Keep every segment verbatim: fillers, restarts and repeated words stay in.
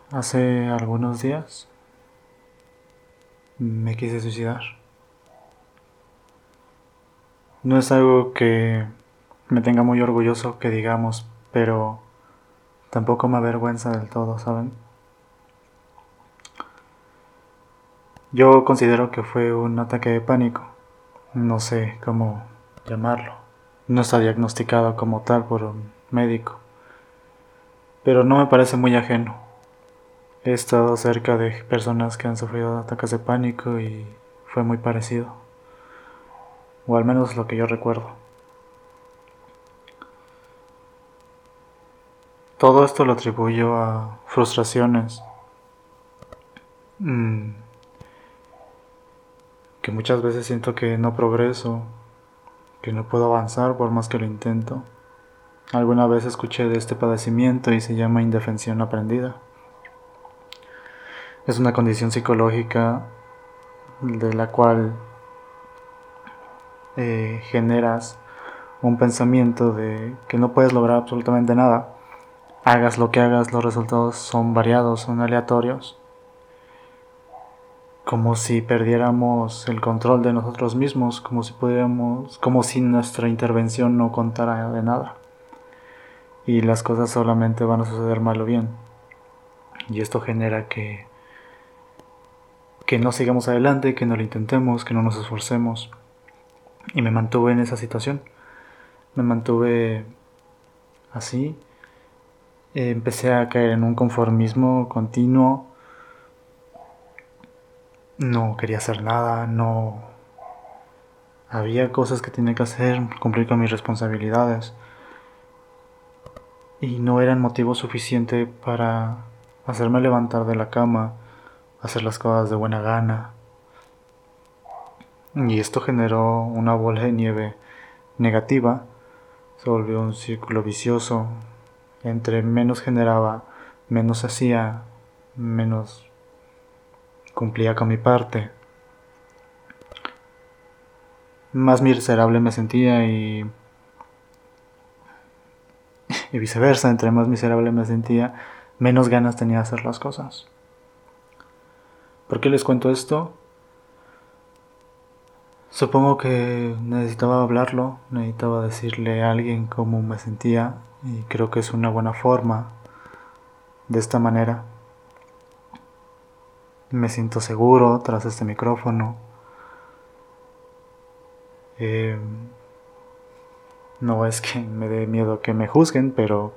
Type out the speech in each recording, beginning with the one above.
Hace algunos días me quise suicidar. No es algo que me tenga muy orgulloso, que digamos, pero tampoco me avergüenza del todo, ¿saben? Yo considero que fue un ataque de pánico. No sé cómo llamarlo. No está diagnosticado como tal por un médico, pero no me parece muy ajeno. He estado cerca de personas que han sufrido ataques de pánico y fue muy parecido, o al menos lo que yo recuerdo. Todo esto lo atribuyo a frustraciones mm, que muchas veces siento que no progreso, que no puedo avanzar por más que lo intento. Alguna vez escuché de este padecimiento y se llama indefensión aprendida. Es una condición psicológica de la cual eh, generas un pensamiento de que no puedes lograr absolutamente nada. Hagas lo que hagas, los resultados son variados, son aleatorios. Como si perdiéramos el control de nosotros mismos, como si pudiéramos, como si nuestra intervención no contara de nada. Y las cosas solamente van a suceder mal o bien. Y esto genera que, que no sigamos adelante, que no lo intentemos, que no nos esforcemos. Y me mantuve en esa situación. Me mantuve así. Eh, empecé a caer en un conformismo continuo. No quería hacer nada, no... Había cosas que tenía que hacer, cumplir con mis responsabilidades. Y no eran motivo suficiente para hacerme levantar de la cama, hacer las cosas de buena gana. Y esto generó una bola de nieve negativa, se volvió un círculo vicioso. Entre menos generaba, menos hacía, menos cumplía con mi parte. Más miserable me sentía y, y viceversa, entre más miserable me sentía, menos ganas tenía de hacer las cosas. ¿Por qué les cuento esto? Supongo que necesitaba hablarlo, necesitaba decirle a alguien cómo me sentía y creo que es una buena forma. De esta manera me siento seguro tras este micrófono. Eh, no es que me dé miedo que me juzguen, pero,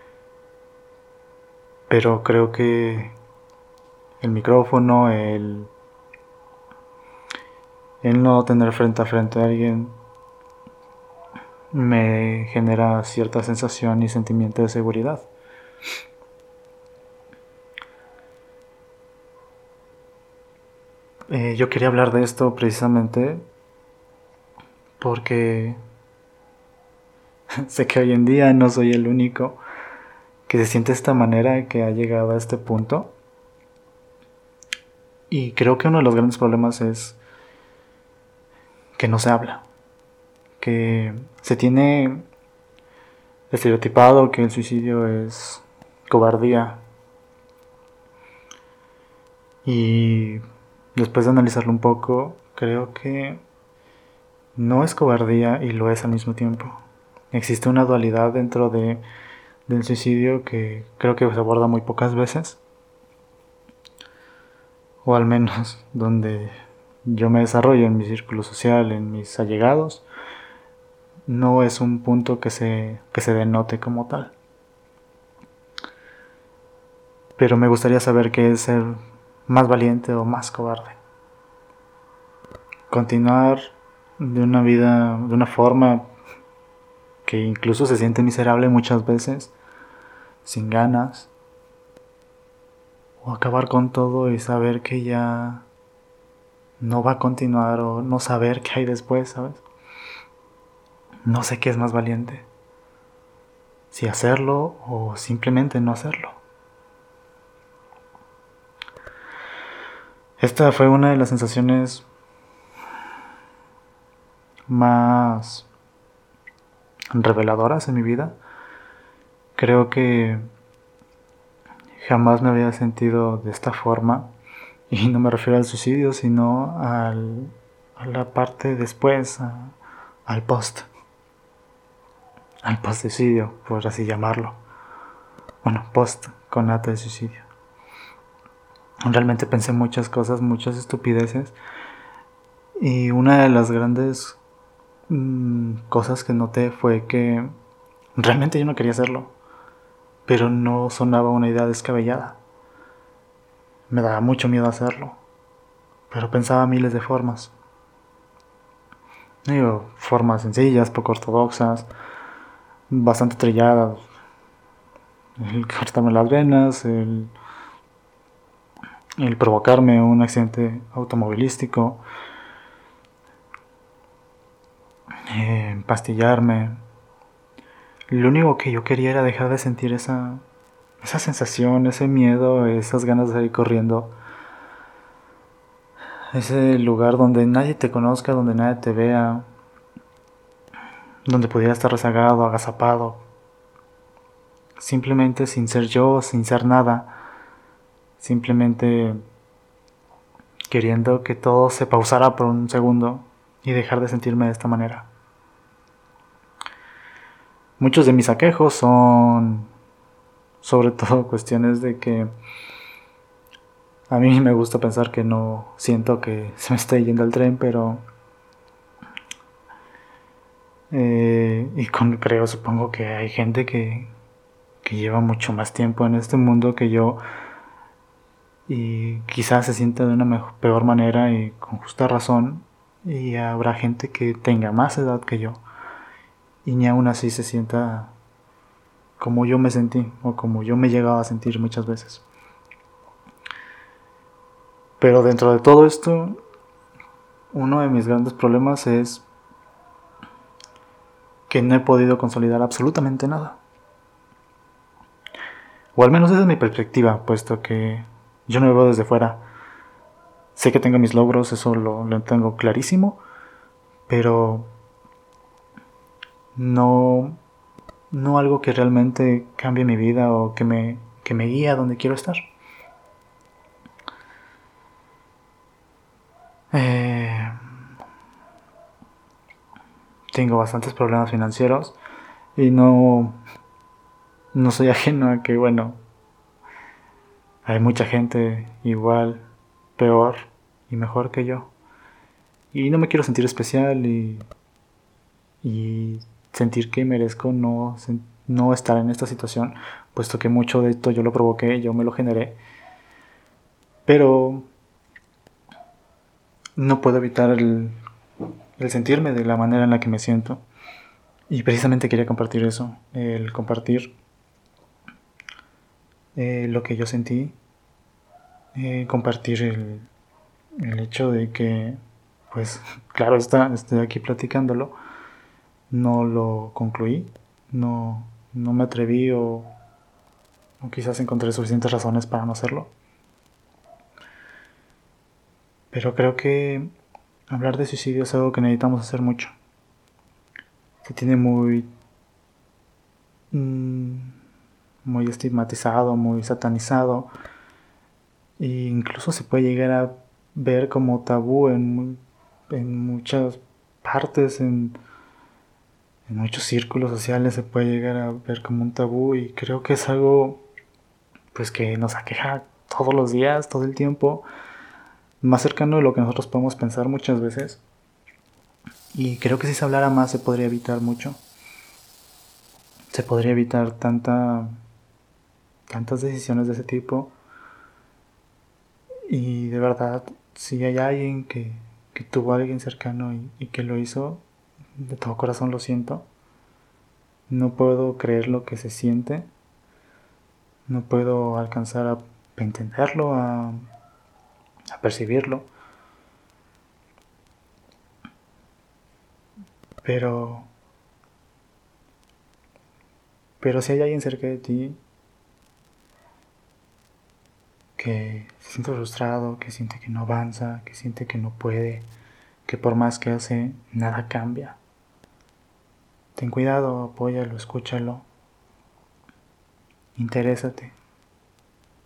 pero creo que el micrófono, el, el no tener frente a frente a alguien, me genera cierta sensación y sentimiento de seguridad. Eh, yo quería hablar de esto precisamente porque sé que hoy en día no soy el único que se siente de esta manera, que ha llegado a este punto. Y creo que uno de los grandes problemas es que no se habla, que se tiene estereotipado que el suicidio es cobardía. Y después de analizarlo un poco, creo que no es cobardía y lo es al mismo tiempo. Existe una dualidad dentro de, del suicidio que creo que se aborda muy pocas veces, o al menos donde yo me desarrollo en mi círculo social, en mis allegados, no es un punto que se, que se denote como tal. Pero me gustaría saber qué es ser más valiente o más cobarde. Continuar de una vida, de una forma que incluso se siente miserable muchas veces, sin ganas, o acabar con todo y saber que ya no va a continuar o no saber qué hay después, ¿sabes? No sé qué es más valiente, si hacerlo o simplemente no hacerlo. Esta fue una de las sensaciones más reveladoras en mi vida. Creo que Jamás me había sentido de esta forma. Y no me refiero al suicidio, sino al, a la parte después, a, al post. Al post-suicidio, por así llamarlo. Bueno, post con acto de suicidio. Realmente pensé muchas cosas, muchas estupideces. Y una de las grandes mmm, cosas que noté fue que realmente yo no quería hacerlo. Pero no sonaba una idea descabellada. Me daba mucho miedo hacerlo. Pero pensaba miles de formas. Digo, formas sencillas, poco ortodoxas, bastante trilladas. El cortarme las venas, el, el provocarme un accidente automovilístico, eh, empastillarme. Lo único que yo quería era dejar de sentir esa, esa sensación, ese miedo, esas ganas de salir corriendo. Ese lugar donde nadie te conozca, donde nadie te vea, donde pudiera estar rezagado, agazapado, simplemente sin ser yo, sin ser nada, simplemente queriendo que todo se pausara por un segundo y dejar de sentirme de esta manera. Muchos de mis aquejos son sobre todo cuestiones de que a mí me gusta pensar que no siento que se me está yendo el tren, pero eh, y con, creo, supongo que hay gente que, que lleva mucho más tiempo en este mundo que yo y quizás se sienta de una mejor, peor manera y con justa razón, y habrá gente que tenga más edad que yo y ni aún así se sienta como yo me sentí o como yo me llegaba a sentir muchas veces. Pero dentro de todo esto, uno de mis grandes problemas es que no he podido consolidar absolutamente nada. O al menos esa es mi perspectiva, puesto que yo no me veo desde fuera. Sé que tengo mis logros, eso lo, lo tengo clarísimo, pero no, no algo que realmente cambie mi vida o que me, que me guíe a donde quiero estar. Eh, tengo bastantes problemas financieros y no, no soy ajeno a que, bueno, hay mucha gente igual, peor y mejor que yo. Y no me quiero sentir especial y, y sentir que merezco no, no estar en esta situación, puesto que mucho de esto yo lo provoqué, yo me lo generé. Pero no puedo evitar el, el sentirme de la manera en la que me siento. Y precisamente quería compartir eso, el compartir eh, lo que yo sentí, eh, compartir el, el hecho de que, pues, claro está, estoy aquí platicándolo, no lo concluí, no, no me atreví o, o quizás encontré suficientes razones para no hacerlo. Pero creo que hablar de suicidio es algo que necesitamos hacer mucho. Se tiene muy, mmm, muy estigmatizado, muy satanizado. E incluso se puede llegar a ver como tabú en, en muchas partes, en, en muchos círculos sociales se puede llegar a ver como un tabú, y creo que es algo pues que nos aqueja todos los días, todo el tiempo, más cercano de lo que nosotros podemos pensar muchas veces. Y creo que si se hablara más se podría evitar mucho. Se podría evitar tanta, tantas decisiones de ese tipo. Y de verdad, si hay alguien que, que tuvo a alguien cercano y, y que lo hizo, de todo corazón lo siento. No puedo creer lo que se siente. No puedo alcanzar a entenderlo, a, a percibirlo. Pero, pero si hay alguien cerca de ti que se siente frustrado, que siente que no avanza, que siente que no puede, que por más que hace, nada cambia, ten cuidado, apóyalo, escúchalo, interésate.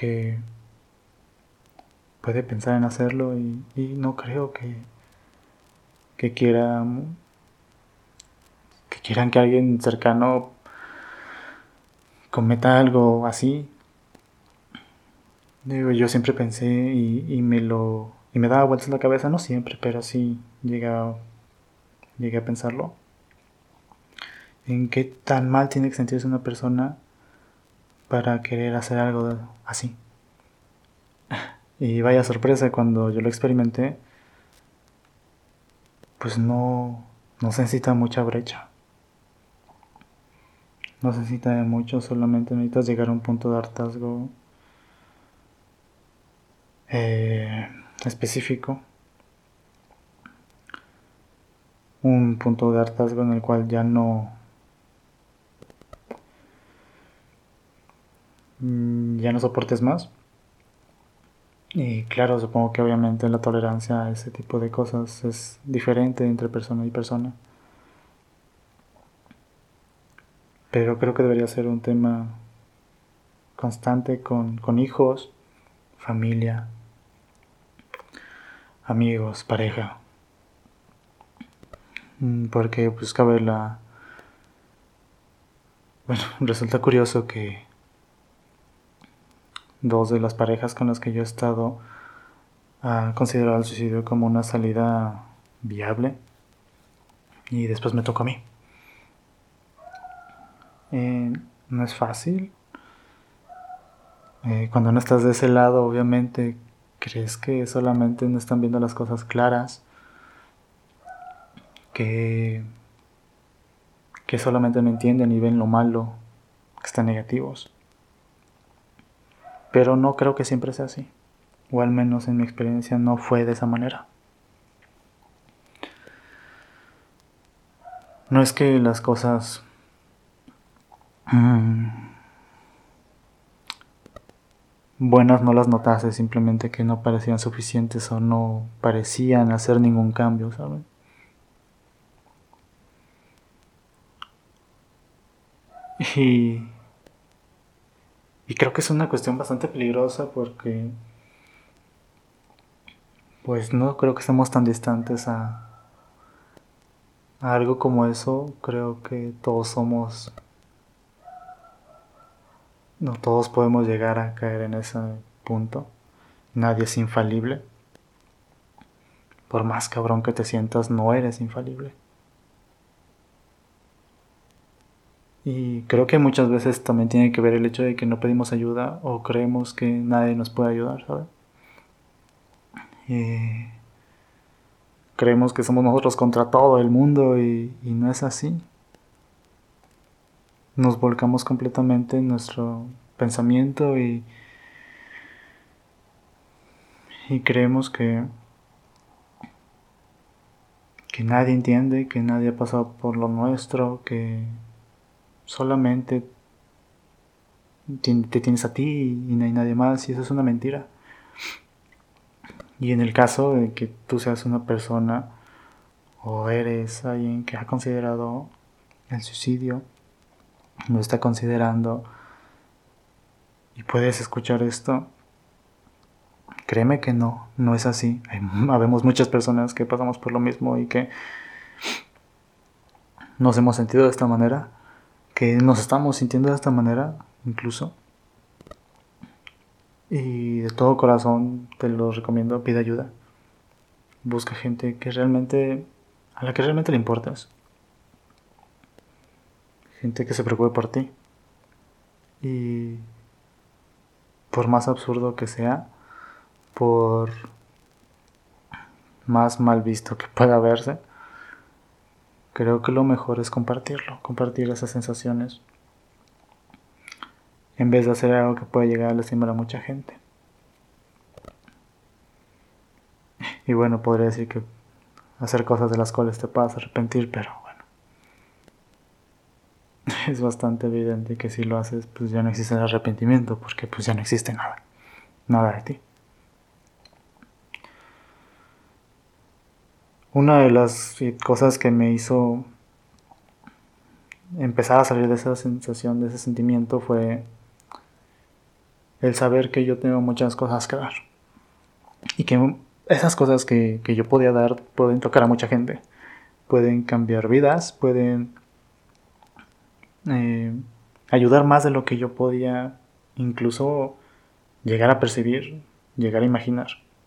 que puede pensar en hacerlo y, y no creo que, que quiera que quieran que alguien cercano cometa algo así. Digo, yo siempre pensé y, y me lo y me daba vueltas en la cabeza, no siempre, pero sí llegué a, llegué a pensarlo. En qué tan mal tiene que sentirse una persona para querer hacer algo así. Y vaya sorpresa, cuando yo lo experimenté, pues no, no se necesita mucha brecha. No se necesita de mucho, solamente necesitas llegar a un punto de hartazgo eh, específico. Un punto de hartazgo en el cual ya no ya no soportes más. Y claro, supongo que obviamente la tolerancia a ese tipo de cosas es diferente entre persona y persona. Pero creo que debería ser un tema constante con, con hijos, familia, amigos, pareja. Porque pues cabe la... Bueno, resulta curioso que dos de las parejas con las que yo he estado han considerado el suicidio como una salida viable. Y después me tocó a mí. Eh, no es fácil. Eh, cuando no estás de ese lado, obviamente crees que solamente no están viendo las cosas claras, que, que solamente no entienden y ven lo malo, que están negativos. Pero no creo que siempre sea así, o al menos en mi experiencia no fue de esa manera. No es que las cosas mmm, buenas no las notase, simplemente que no parecían suficientes o no parecían hacer ningún cambio, ¿saben? Y, y creo que es una cuestión bastante peligrosa porque pues no creo que estemos tan distantes a, a algo como eso. Creo que todos somos, no todos podemos llegar a caer en ese punto. Nadie es infalible. Por más cabrón que te sientas, no eres infalible. Y creo que muchas veces también tiene que ver el hecho de que no pedimos ayuda o creemos que nadie nos puede ayudar, ¿sabes? Y creemos que somos nosotros contra todo el mundo y, y no es así. Nos volcamos completamente en nuestro pensamiento y, y creemos que, que nadie entiende, que nadie ha pasado por lo nuestro, que solamente te tienes a ti y no hay nadie más, y eso es una mentira. Y en el caso de que tú seas una persona o eres alguien que ha considerado el suicidio, lo está considerando y puedes escuchar esto, créeme que no, no es así. Hay, habemos muchas personas que pasamos por lo mismo y que nos hemos sentido de esta manera, que nos estamos sintiendo de esta manera incluso. Y de todo corazón te lo recomiendo, pide ayuda. Busca gente que realmente, a la que realmente le importas. Gente que se preocupe por ti. Y por más absurdo que sea, por más mal visto que pueda verse, creo que lo mejor es compartirlo, compartir esas sensaciones, en vez de hacer algo que pueda llegar a lastimar a mucha gente. Y bueno, podría decir que hacer cosas de las cuales te puedas arrepentir, pero bueno, es bastante evidente que si lo haces, pues ya no existe el arrepentimiento, porque pues ya no existe nada, nada de ti. Una de las cosas que me hizo empezar a salir de esa sensación, de ese sentimiento, fue el saber que yo tengo muchas cosas que dar. Y que esas cosas que, que yo podía dar pueden tocar a mucha gente. Pueden cambiar vidas, pueden eh, ayudar más de lo que yo podía incluso llegar a percibir, llegar a imaginar.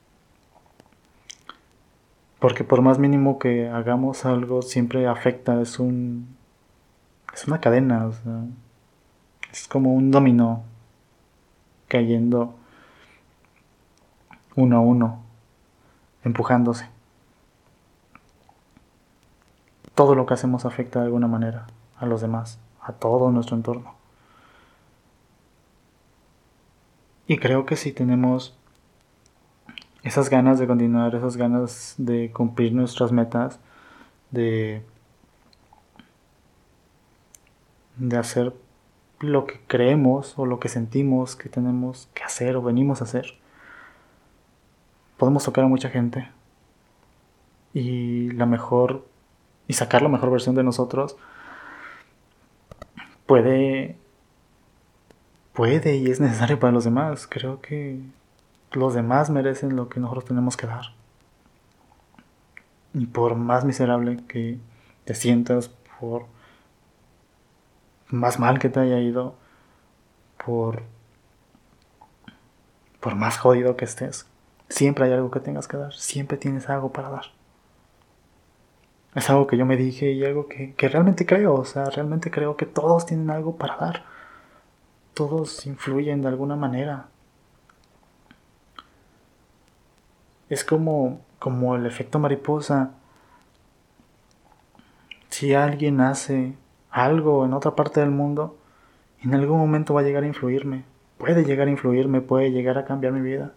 Porque por más mínimo que hagamos algo, siempre afecta, es un es una cadena, o sea, es como un dominó cayendo uno a uno, empujándose. Todo lo que hacemos afecta de alguna manera a los demás, a todo nuestro entorno. Y creo que si tenemos esas ganas de continuar, esas ganas de cumplir nuestras metas, de, de hacer lo que creemos o lo que sentimos que tenemos que hacer o venimos a hacer, podemos tocar a mucha gente y la mejor y sacar la mejor versión de nosotros puede puede y es necesario para los demás. Creo que los demás merecen lo que nosotros tenemos que dar. Y por más miserable que te sientas, por más mal que te haya ido, por por más jodido que estés, siempre hay algo que tengas que dar, siempre tienes algo para dar. Es algo que yo me dije y algo que, que realmente creo, o sea, realmente creo que todos tienen algo para dar. Todos influyen de alguna manera. Es como, como el efecto mariposa. Si alguien hace algo en otra parte del mundo, en algún momento va a llegar a influirme. Puede llegar a influirme, puede llegar a cambiar mi vida.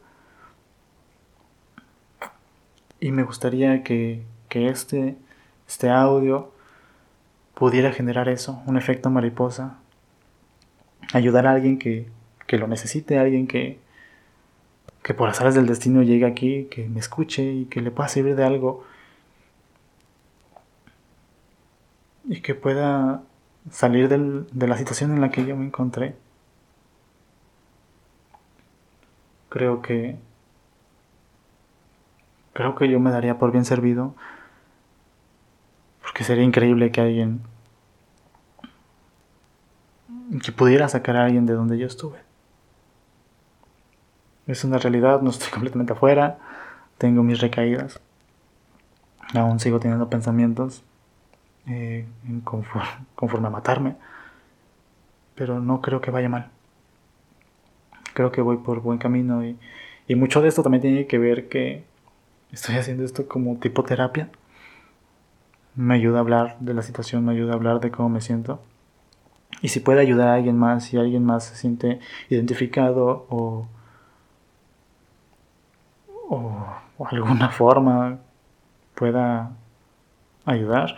Y me gustaría que, que este, este audio pudiera generar eso, un efecto mariposa. Ayudar a alguien que, que lo necesite, a alguien que, que por azares del destino llegue aquí, que me escuche y que le pueda servir de algo. Y que pueda salir del, de la situación en la que yo me encontré. Creo que creo que yo me daría por bien servido, porque sería increíble que alguien que pudiera sacar a alguien de donde yo estuve. Es una realidad, no estoy completamente afuera, tengo mis recaídas, aún sigo teniendo pensamientos eh, conforme, conforme a matarme, pero no creo que vaya mal. Creo que voy por buen camino y, y mucho de esto también tiene que ver que estoy haciendo esto como tipo terapia. Me ayuda a hablar de la situación, me ayuda a hablar de cómo me siento. Y si puede ayudar a alguien más, si alguien más se siente identificado o, o, o alguna forma pueda ayudar,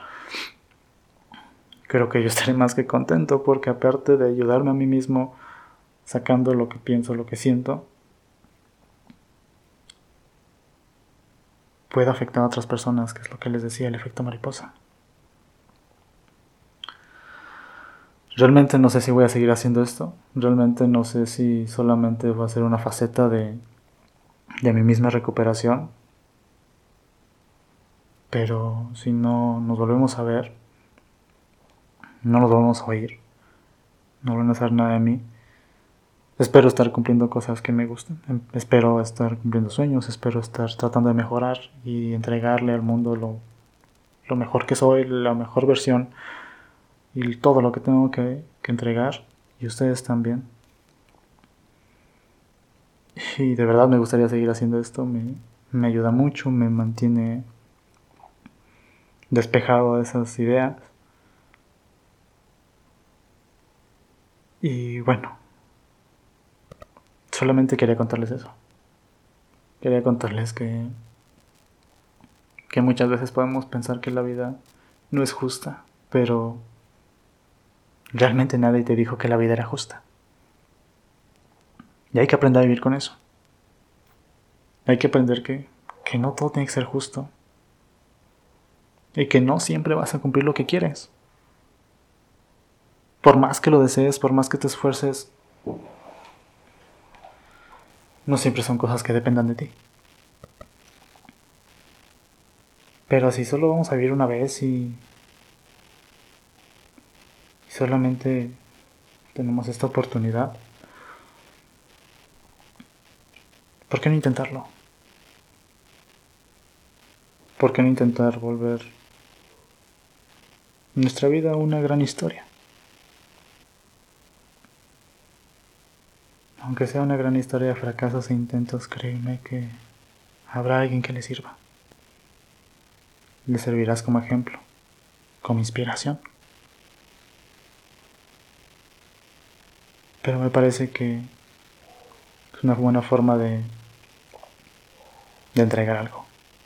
creo que yo estaré más que contento, porque aparte de ayudarme a mí mismo sacando lo que pienso, lo que siento, puede afectar a otras personas, que es lo que les decía, el efecto mariposa. Realmente no sé si voy a seguir haciendo esto, realmente no sé si solamente va a ser una faceta de, de mi misma recuperación, pero si no nos volvemos a ver, no nos volvemos a oír, no van a hacer nada de mí. Espero estar cumpliendo cosas que me gusten, espero estar cumpliendo sueños, espero estar tratando de mejorar y entregarle al mundo lo, lo mejor que soy, la mejor versión y todo lo que tengo que, que entregar, y ustedes también. Y de verdad me gustaría seguir haciendo esto, me, me ayuda mucho, me mantiene despejado de esas ideas. Y bueno, solamente quería contarles eso. Quería contarles que, que muchas veces podemos pensar que la vida no es justa, pero realmente nadie te dijo que la vida era justa. Y hay que aprender a vivir con eso. Hay que aprender que, que no todo tiene que ser justo. Y que no siempre vas a cumplir lo que quieres. Por más que lo desees, por más que te esfuerces, No siempre son cosas que dependan de ti. Pero si solo vamos a vivir una vez y, y solamente tenemos esta oportunidad, ¿por qué no intentarlo? ¿Por qué no intentar volver nuestra vida una gran historia? Aunque sea una gran historia de fracasos e intentos, créeme que habrá alguien que le sirva. Le servirás como ejemplo, como inspiración. Pero me parece que es una buena forma de, de entregar algo.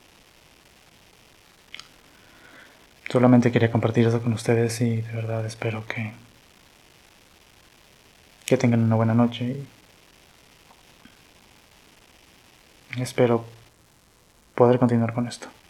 Solamente quería compartir eso con ustedes y de verdad espero que, que tengan una buena noche y espero poder continuar con esto.